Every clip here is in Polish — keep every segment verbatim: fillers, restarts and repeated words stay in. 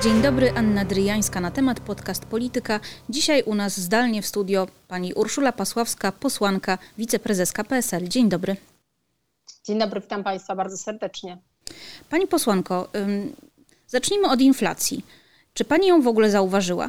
Dzień dobry, Anna Dryjańska na temat Podcast Polityka. Dzisiaj u nas zdalnie w studio pani Urszula Pasławska, posłanka, wiceprezeska P S L. Dzień dobry. Dzień dobry, witam Państwa bardzo serdecznie. Pani posłanko, ym, zacznijmy od inflacji. Czy pani ją w ogóle zauważyła?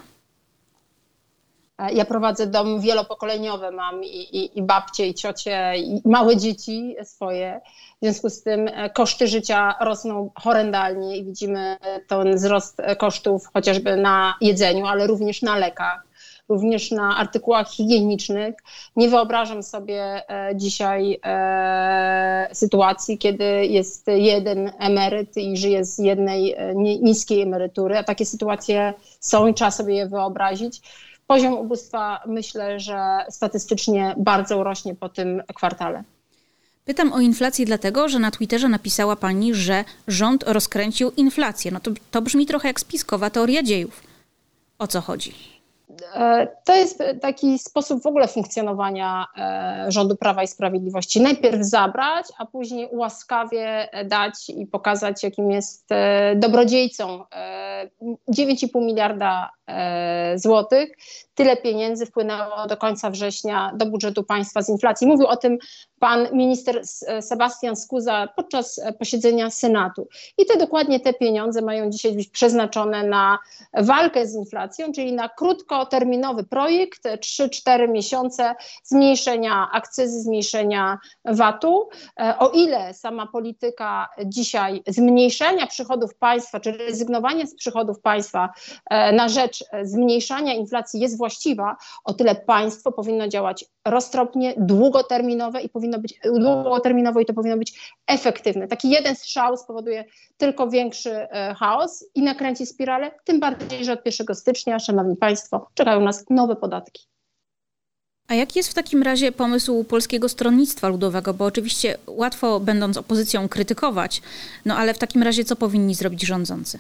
Ja prowadzę dom wielopokoleniowy, mam i, i, i babcie, i ciocie, i małe dzieci swoje. W związku z tym koszty życia rosną horrendalnie i widzimy ten wzrost kosztów chociażby na jedzeniu, ale również na lekach, również na artykułach higienicznych. Nie wyobrażam sobie dzisiaj e, sytuacji, kiedy jest jeden emeryt i żyje z jednej niskiej emerytury, a takie sytuacje są i trzeba sobie je wyobrazić. Poziom ubóstwa, myślę, że statystycznie bardzo urośnie po tym kwartale. Pytam o inflację dlatego, że na Twitterze napisała pani, że rząd rozkręcił inflację. No to, to brzmi trochę jak spiskowa teoria dziejów. O co chodzi? To jest taki sposób w ogóle funkcjonowania rządu Prawa i Sprawiedliwości. Najpierw zabrać, a później łaskawie dać i pokazać, jakim jest dobrodziejcą. dziewięć i pół miliarda złotych. Tyle pieniędzy wpłynęło do końca września do budżetu państwa z inflacji. Mówił o tym pan minister Sebastian Skuza podczas posiedzenia Senatu. I te dokładnie te pieniądze mają dzisiaj być przeznaczone na walkę z inflacją, czyli na krótkoterminowy projekt, trzy cztery miesiące zmniejszenia akcyzy, zmniejszenia vatu. O ile sama polityka dzisiaj zmniejszenia przychodów państwa, czy rezygnowania z przychodów państwa na rzecz zmniejszania inflacji jest właściwa, o tyle państwo powinno działać roztropnie, długoterminowe i powinno być długoterminowo i to powinno być efektywne. Taki jeden strzał spowoduje tylko większy chaos i nakręci spiralę, tym bardziej, że od pierwszego stycznia, szanowni państwo, czekają nas nowe podatki. A jaki jest w takim razie pomysł Polskiego Stronnictwa Ludowego? Bo oczywiście łatwo, będąc opozycją, krytykować, no ale w takim razie co powinni zrobić rządzący?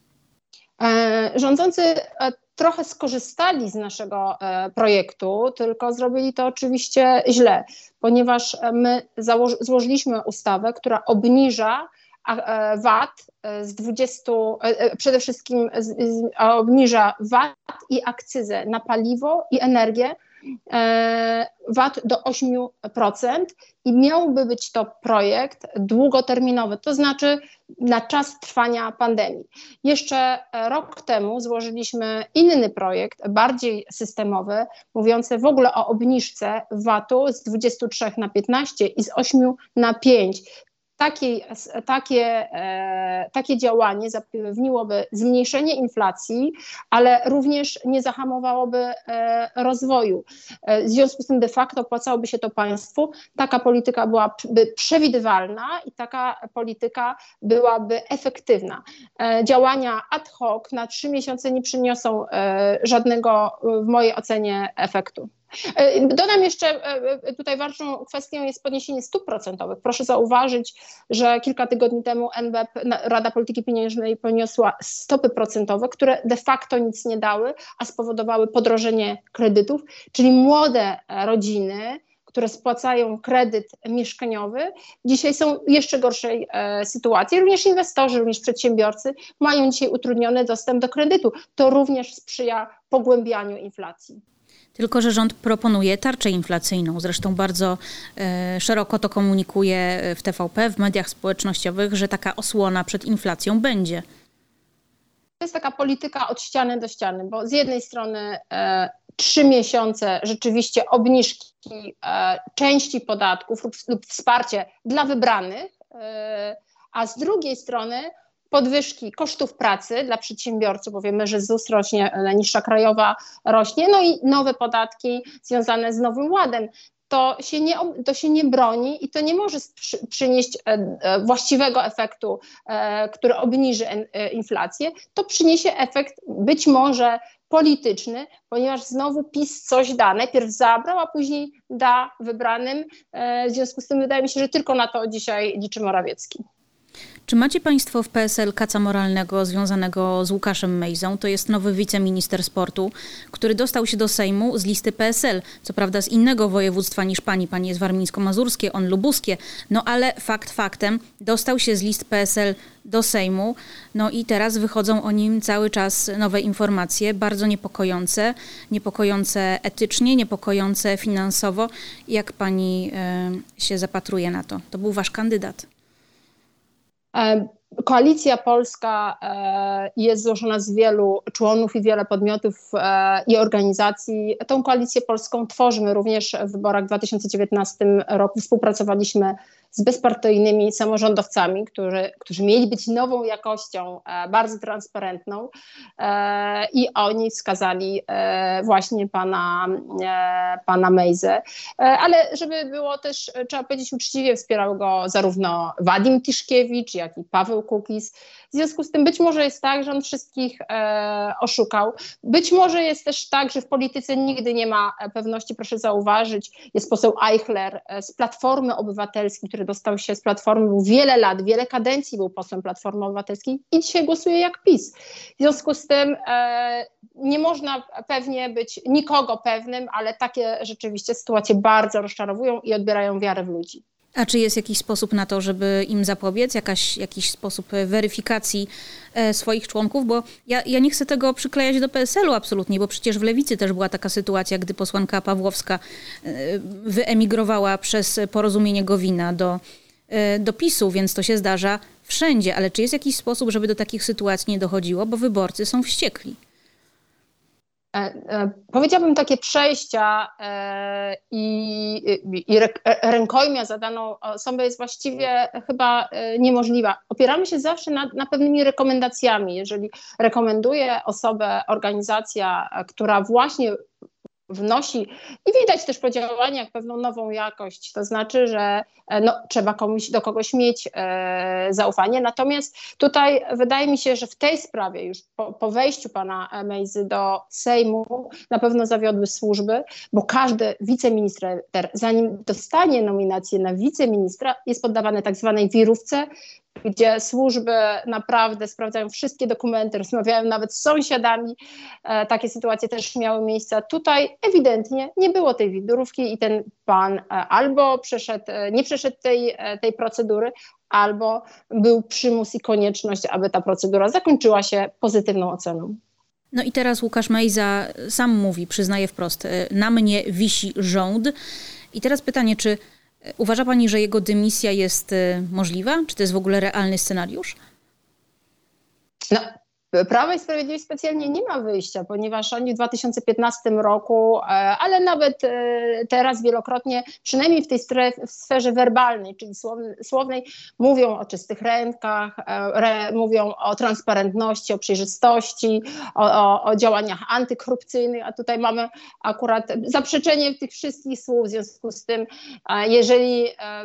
E, rządzący e, trochę skorzystali z naszego e, projektu, tylko zrobili to oczywiście źle, ponieważ my założy, złożyliśmy ustawę, która obniża VAT z dwudziestu, przede wszystkim z, z, obniża VAT i akcyzę na paliwo i energię, VAT do ośmiu procent i miałby być to projekt długoterminowy, to znaczy na czas trwania pandemii. Jeszcze rok temu złożyliśmy inny projekt, bardziej systemowy, mówiący w ogóle o obniżce vatu z dwudziestu trzech na piętnaście i z ośmiu na pięć. Takie, takie, e, takie działanie zapewniłoby zmniejszenie inflacji, ale również nie zahamowałoby e, rozwoju. E, w związku z tym de facto opłacałoby się to państwu. Taka polityka byłaby przewidywalna i taka polityka byłaby efektywna. E, działania ad hoc na trzy miesiące nie przyniosą e, żadnego, w mojej ocenie, efektu. Dodam jeszcze, tutaj ważną kwestią jest podniesienie stóp procentowych. Proszę zauważyć, że kilka tygodni temu N B P, Rada Polityki Pieniężnej, poniosła stopy procentowe, które de facto nic nie dały, a spowodowały podrożenie kredytów, czyli młode rodziny, które spłacają kredyt mieszkaniowy, dzisiaj są w jeszcze gorszej e, sytuacji. Również inwestorzy, również przedsiębiorcy mają dzisiaj utrudniony dostęp do kredytu. To również sprzyja pogłębianiu inflacji. Tylko że rząd proponuje tarczę inflacyjną. Zresztą bardzo e, szeroko to komunikuje w T V P, w mediach społecznościowych, że taka osłona przed inflacją będzie. To jest taka polityka od ściany do ściany, bo z jednej strony e, trzy miesiące rzeczywiście obniżki e, części podatków lub, lub wsparcie dla wybranych, e, a z drugiej strony podwyżki kosztów pracy dla przedsiębiorców, bo wiemy, że Z U S rośnie, najniższa krajowa rośnie, no i nowe podatki związane z Nowym Ładem. To się nie, to się nie broni i to nie może przy, przynieść e, właściwego efektu, e, który obniży e, inflację. To przyniesie efekt być może polityczny, ponieważ znowu PiS coś da. Najpierw zabrał, a później da wybranym. E, w związku z tym wydaje mi się, że tylko na to dzisiaj liczy Morawiecki. Czy macie Państwo w P S L kaca moralnego związanego z Łukaszem Mejzą? To jest nowy wiceminister sportu, który dostał się do Sejmu z listy P S L. Co prawda z innego województwa niż pani. Pani jest warmińsko-mazurskie, on lubuskie. No ale fakt faktem, dostał się z list P S L do Sejmu. No i teraz wychodzą o nim cały czas nowe informacje, bardzo niepokojące. Niepokojące etycznie, niepokojące finansowo. Jak pani y, się zapatruje na to? To był wasz kandydat. Koalicja Polska jest złożona z wielu członków i wiele podmiotów i organizacji. Tą koalicję polską tworzymy również w wyborach w dwa tysiące dziewiętnastym roku. Współpracowaliśmy z bezpartyjnymi samorządowcami, którzy, którzy mieli być nową jakością, bardzo transparentną i oni wskazali właśnie pana, pana Mejzę. Ale żeby było też, trzeba powiedzieć uczciwie, wspierał go zarówno Wadim Tiszkiewicz, jak i Paweł Kukiz. W związku z tym być może jest tak, że on wszystkich e, oszukał. Być może jest też tak, że w polityce nigdy nie ma pewności. Proszę zauważyć, jest poseł Eichler z Platformy Obywatelskiej, który dostał się z Platformy, był wiele lat, wiele kadencji był posłem Platformy Obywatelskiej i dzisiaj głosuje jak PiS. W związku z tym e, nie można pewnie być nikogo pewnym, ale takie rzeczywiście sytuacje bardzo rozczarowują i odbierają wiarę w ludzi. A czy jest jakiś sposób na to, żeby im zapobiec? Jakaś, jakiś sposób weryfikacji e, swoich członków? Bo ja, ja nie chcę tego przyklejać do P S L u absolutnie, bo przecież w Lewicy też była taka sytuacja, gdy posłanka Pawłowska e, wyemigrowała przez porozumienie Gowina do, e, do PiSu, więc to się zdarza wszędzie. Ale czy jest jakiś sposób, żeby do takich sytuacji nie dochodziło? Bo wyborcy są wściekli. Powiedziałabym, takie przejścia i, i rękojmia za daną osobę jest właściwie chyba niemożliwa. Opieramy się zawsze na, na pewnymi rekomendacjami. Jeżeli rekomenduje osobę organizacja, która właśnie wnosi i widać też po działaniach pewną nową jakość, to znaczy, że no, trzeba komuś, do kogoś mieć e, zaufanie. Natomiast tutaj wydaje mi się, że w tej sprawie już po, po wejściu pana Mejzy do Sejmu na pewno zawiodły służby, bo każdy wiceminister, zanim dostanie nominację na wiceministra, jest poddawany tak zwanej wirówce, gdzie służby naprawdę sprawdzają wszystkie dokumenty, rozmawiają nawet z sąsiadami. E, takie sytuacje też miały miejsce. Tutaj ewidentnie nie było tej wirówki i ten pan e, albo przeszedł, e, nie przeszedł tej, e, tej procedury, albo był przymus i konieczność, aby ta procedura zakończyła się pozytywną oceną. No i teraz Łukasz Mejza sam mówi, przyznaje wprost, na mnie wisi rząd. I teraz pytanie, czy uważa pani, że jego dymisja jest możliwa? Czy to jest w ogóle realny scenariusz? No, Prawo i Sprawiedliwość specjalnie nie ma wyjścia, ponieważ oni w dwa tysiące piętnastym roku, ale nawet teraz wielokrotnie, przynajmniej w tej sferze werbalnej, czyli słownej, mówią o czystych rękach, mówią o transparentności, o przejrzystości, o, o, o działaniach antykorupcyjnych, a tutaj mamy akurat zaprzeczenie tych wszystkich słów. W związku z tym, jeżeli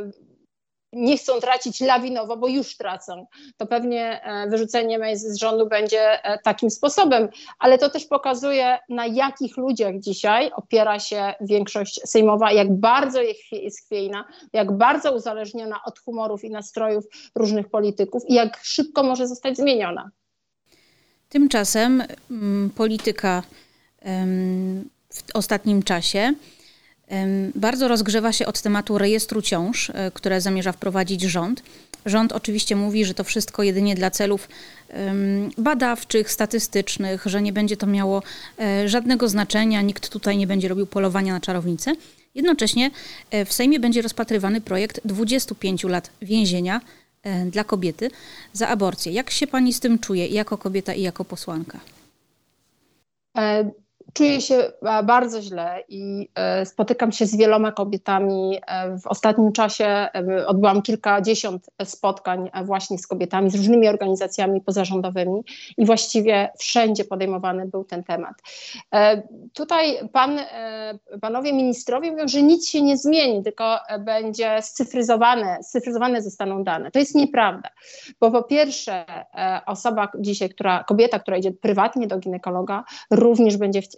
nie chcą tracić lawinowo, bo już tracą, to pewnie wyrzucenie Mejzy z rządu będzie takim sposobem, ale to też pokazuje, na jakich ludziach dzisiaj opiera się większość sejmowa, jak bardzo jest chwiejna, jak bardzo uzależniona od humorów i nastrojów różnych polityków i jak szybko może zostać zmieniona. Tymczasem m, polityka m, w ostatnim czasie bardzo rozgrzewa się od tematu rejestru ciąż, które zamierza wprowadzić rząd. Rząd oczywiście mówi, że to wszystko jedynie dla celów badawczych, statystycznych, że nie będzie to miało żadnego znaczenia, nikt tutaj nie będzie robił polowania na czarownicę. Jednocześnie w Sejmie będzie rozpatrywany projekt dwudziestu pięciu lat więzienia dla kobiety za aborcję. Jak się pani z tym czuje i jako kobieta, i jako posłanka? E- Czuję się bardzo źle i spotykam się z wieloma kobietami. W ostatnim czasie odbyłam kilkadziesiąt spotkań właśnie z kobietami, z różnymi organizacjami pozarządowymi i właściwie wszędzie podejmowany był ten temat. Tutaj pan, panowie ministrowie mówią, że nic się nie zmieni, tylko będzie scyfryzowane, scyfryzowane zostaną dane. To jest nieprawda, bo po pierwsze osoba dzisiaj, która, kobieta, która idzie prywatnie do ginekologa, również będzie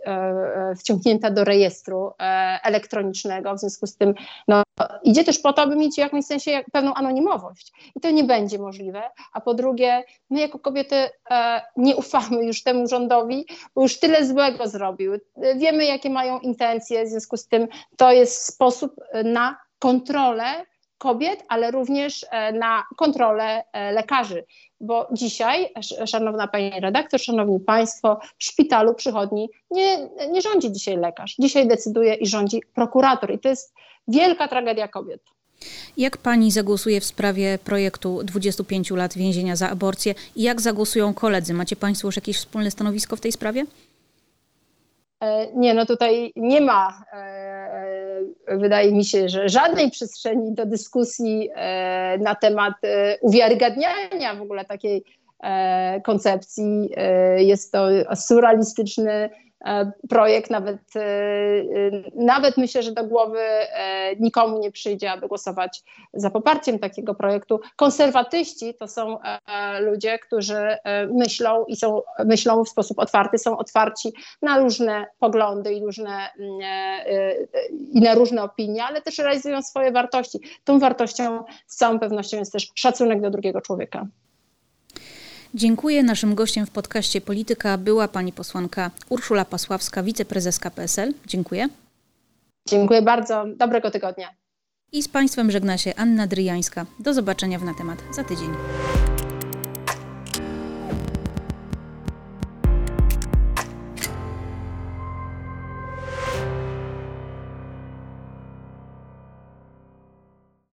wciągnięta do rejestru elektronicznego, w związku z tym no, idzie też po to, aby mieć w jakimś sensie pewną anonimowość i to nie będzie możliwe, a po drugie my jako kobiety nie ufamy już temu rządowi, bo już tyle złego zrobił, wiemy jakie mają intencje, w związku z tym to jest sposób na kontrolę kobiet, ale również na kontrolę lekarzy, bo dzisiaj, szanowna pani redaktor, szanowni państwo, w szpitalu, przychodni nie, nie rządzi dzisiaj lekarz, dzisiaj decyduje i rządzi prokurator i to jest wielka tragedia kobiet. Jak pani zagłosuje w sprawie projektu dwudziestu pięciu lat więzienia za aborcję i jak zagłosują koledzy? Macie państwo już jakieś wspólne stanowisko w tej sprawie? Nie, no tutaj nie ma, wydaje mi się, że żadnej przestrzeni do dyskusji na temat uwiarygadniania w ogóle takiej koncepcji. Jest to surrealistyczny projekt, nawet, nawet myślę, że do głowy nikomu nie przyjdzie, aby głosować za poparciem takiego projektu. Konserwatyści to są ludzie, którzy myślą i są, myślą w sposób otwarty, są otwarci na różne poglądy i, różne, i na różne opinie, ale też realizują swoje wartości. Tą wartością z całą pewnością jest też szacunek do drugiego człowieka. Dziękuję. Naszym gościem w podcaście Polityka była pani posłanka Urszula Pasławska, wiceprezeska P S L. Dziękuję. Dziękuję bardzo. Dobrego tygodnia. I z państwem żegna się Anna Dryjańska. Do zobaczenia w Na temat za tydzień.